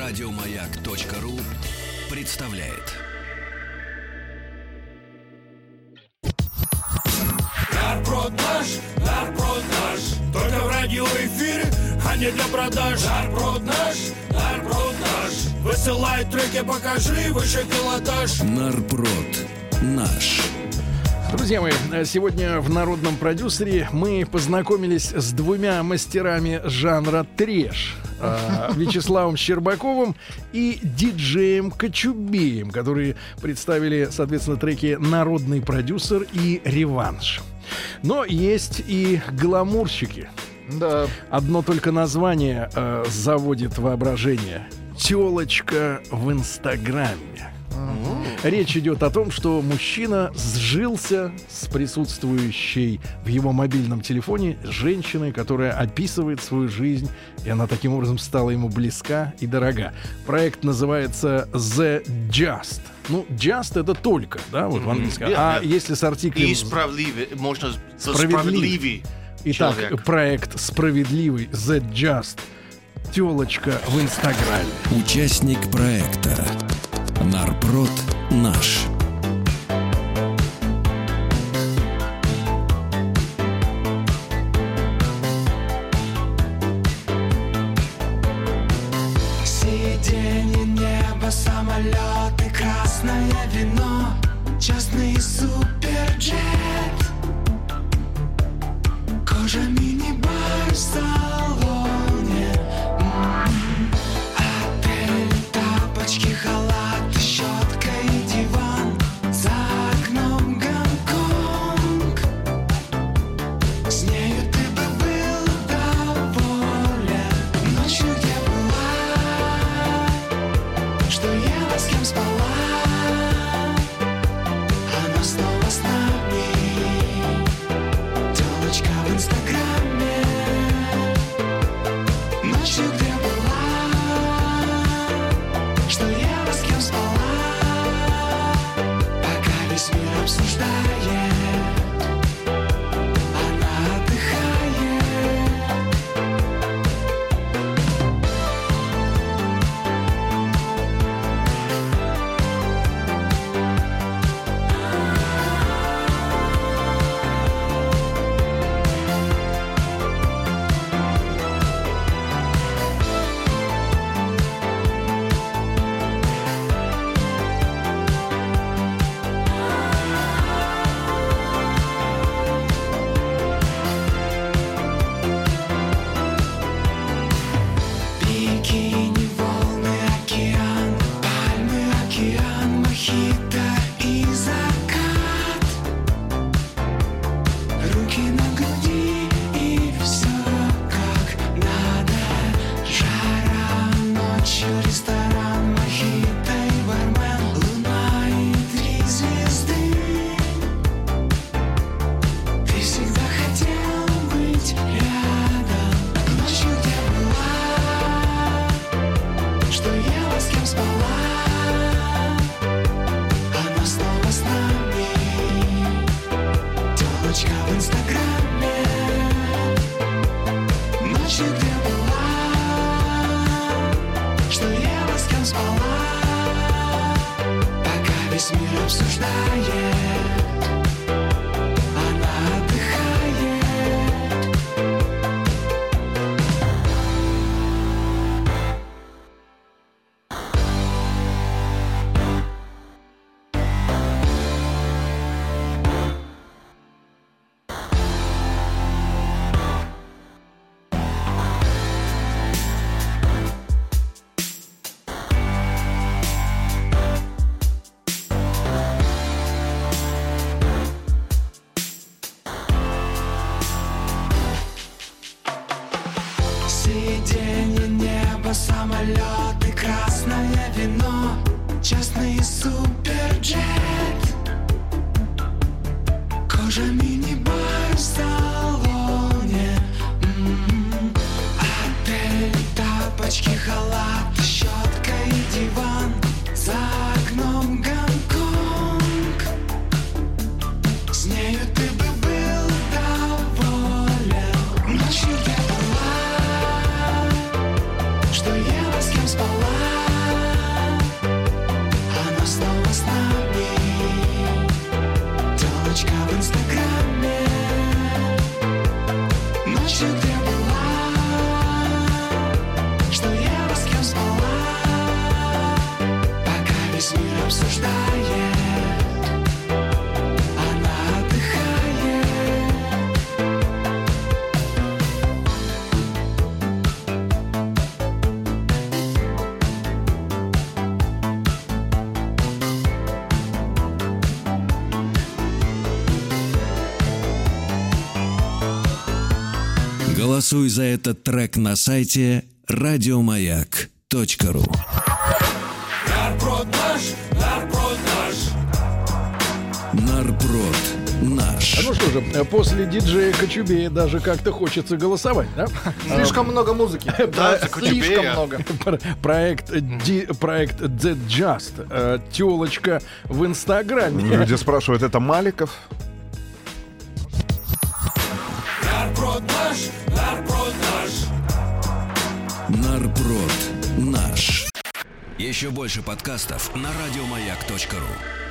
Радиомаяк.ру представляет. Нарпрод наш, только в радиоэфире, а не для продаж. Нарпрод наш, высылай треки, покажи выше пилотаж. Нарпрод наш. Друзья мои, сегодня в «Народном продюсере» мы познакомились с двумя мастерами жанра трэш. Вячеславом Щербаковым и диджеем Кочубеем, которые представили, соответственно, треки «Народный продюсер» и «Реванш». Но есть и гламурщики. Да. Одно только название заводит воображение. «Тёлочка в Инстаграме». Речь идет о том, что мужчина сжился с присутствующей в его мобильном телефоне женщиной, которая описывает свою жизнь, и она таким образом стала ему близка и дорога. Проект называется The Just. Ну, just — это только, да, вот в английском. А если с артиклем... И справедливый, можно справедливый. Итак, человек. проект справедливый The Just. Тёлочка в Инстаграме. Участник проекта Нарпрод наш. Сиденье, небо, самолеты, красное вино, частный суперджет, кожа, мини-бар в салоне, отель, тапочки, халат, щетка и диван, за окном Гонконг. С нею ты бы был доволен. Ночью где была, что ела, с кем спала, она снова с нами. Тёлочка в Инстаграме. Ночью где была, что ела, с кем спала, пока весь мир обсуждает, она отдыхает. Бикини, волны, океан, пальмы, океан, мохито и закат. Руки на груди и все как надо. Жара ночью, ресторан, мохито и бармен, луна и 3 звезды. Ты всегда хотел быть рядом. Ночью где была, что ела, с кем спала, она снова с нами. Тёлочка в Инстаграме. Ночью где была, что ела, с кем спала, пока весь мир обсуждает, она отдыхает. Сиденье, небо, самолеты, красное вино, частный суперджет, кожа, мини-бар в салоне, отель, тапочки, халат, щетка и диван, за окном Гонконг. С нею ты бы был доволен. Ночью где была, что ела, с кем спала, ночью ты была, что Ева с кем спала, пока весь мир обсуждает, она отдыхает. Голосуй за этот трек на сайте радиомаяк.ру. Нарпрод наш, нарпрод наш. Нарпрод наш. Ну что же, после диджея Кочубея даже как-то хочется голосовать, да? Слишком много музыки. Да, Слишком много. Проект The Just. Телочка в Инстаграме. Люди спрашивают, это Маликов? Нарпрод наш, нарпрод наш. Нарпрод наш. Еще больше подкастов на радиомаяк.ру.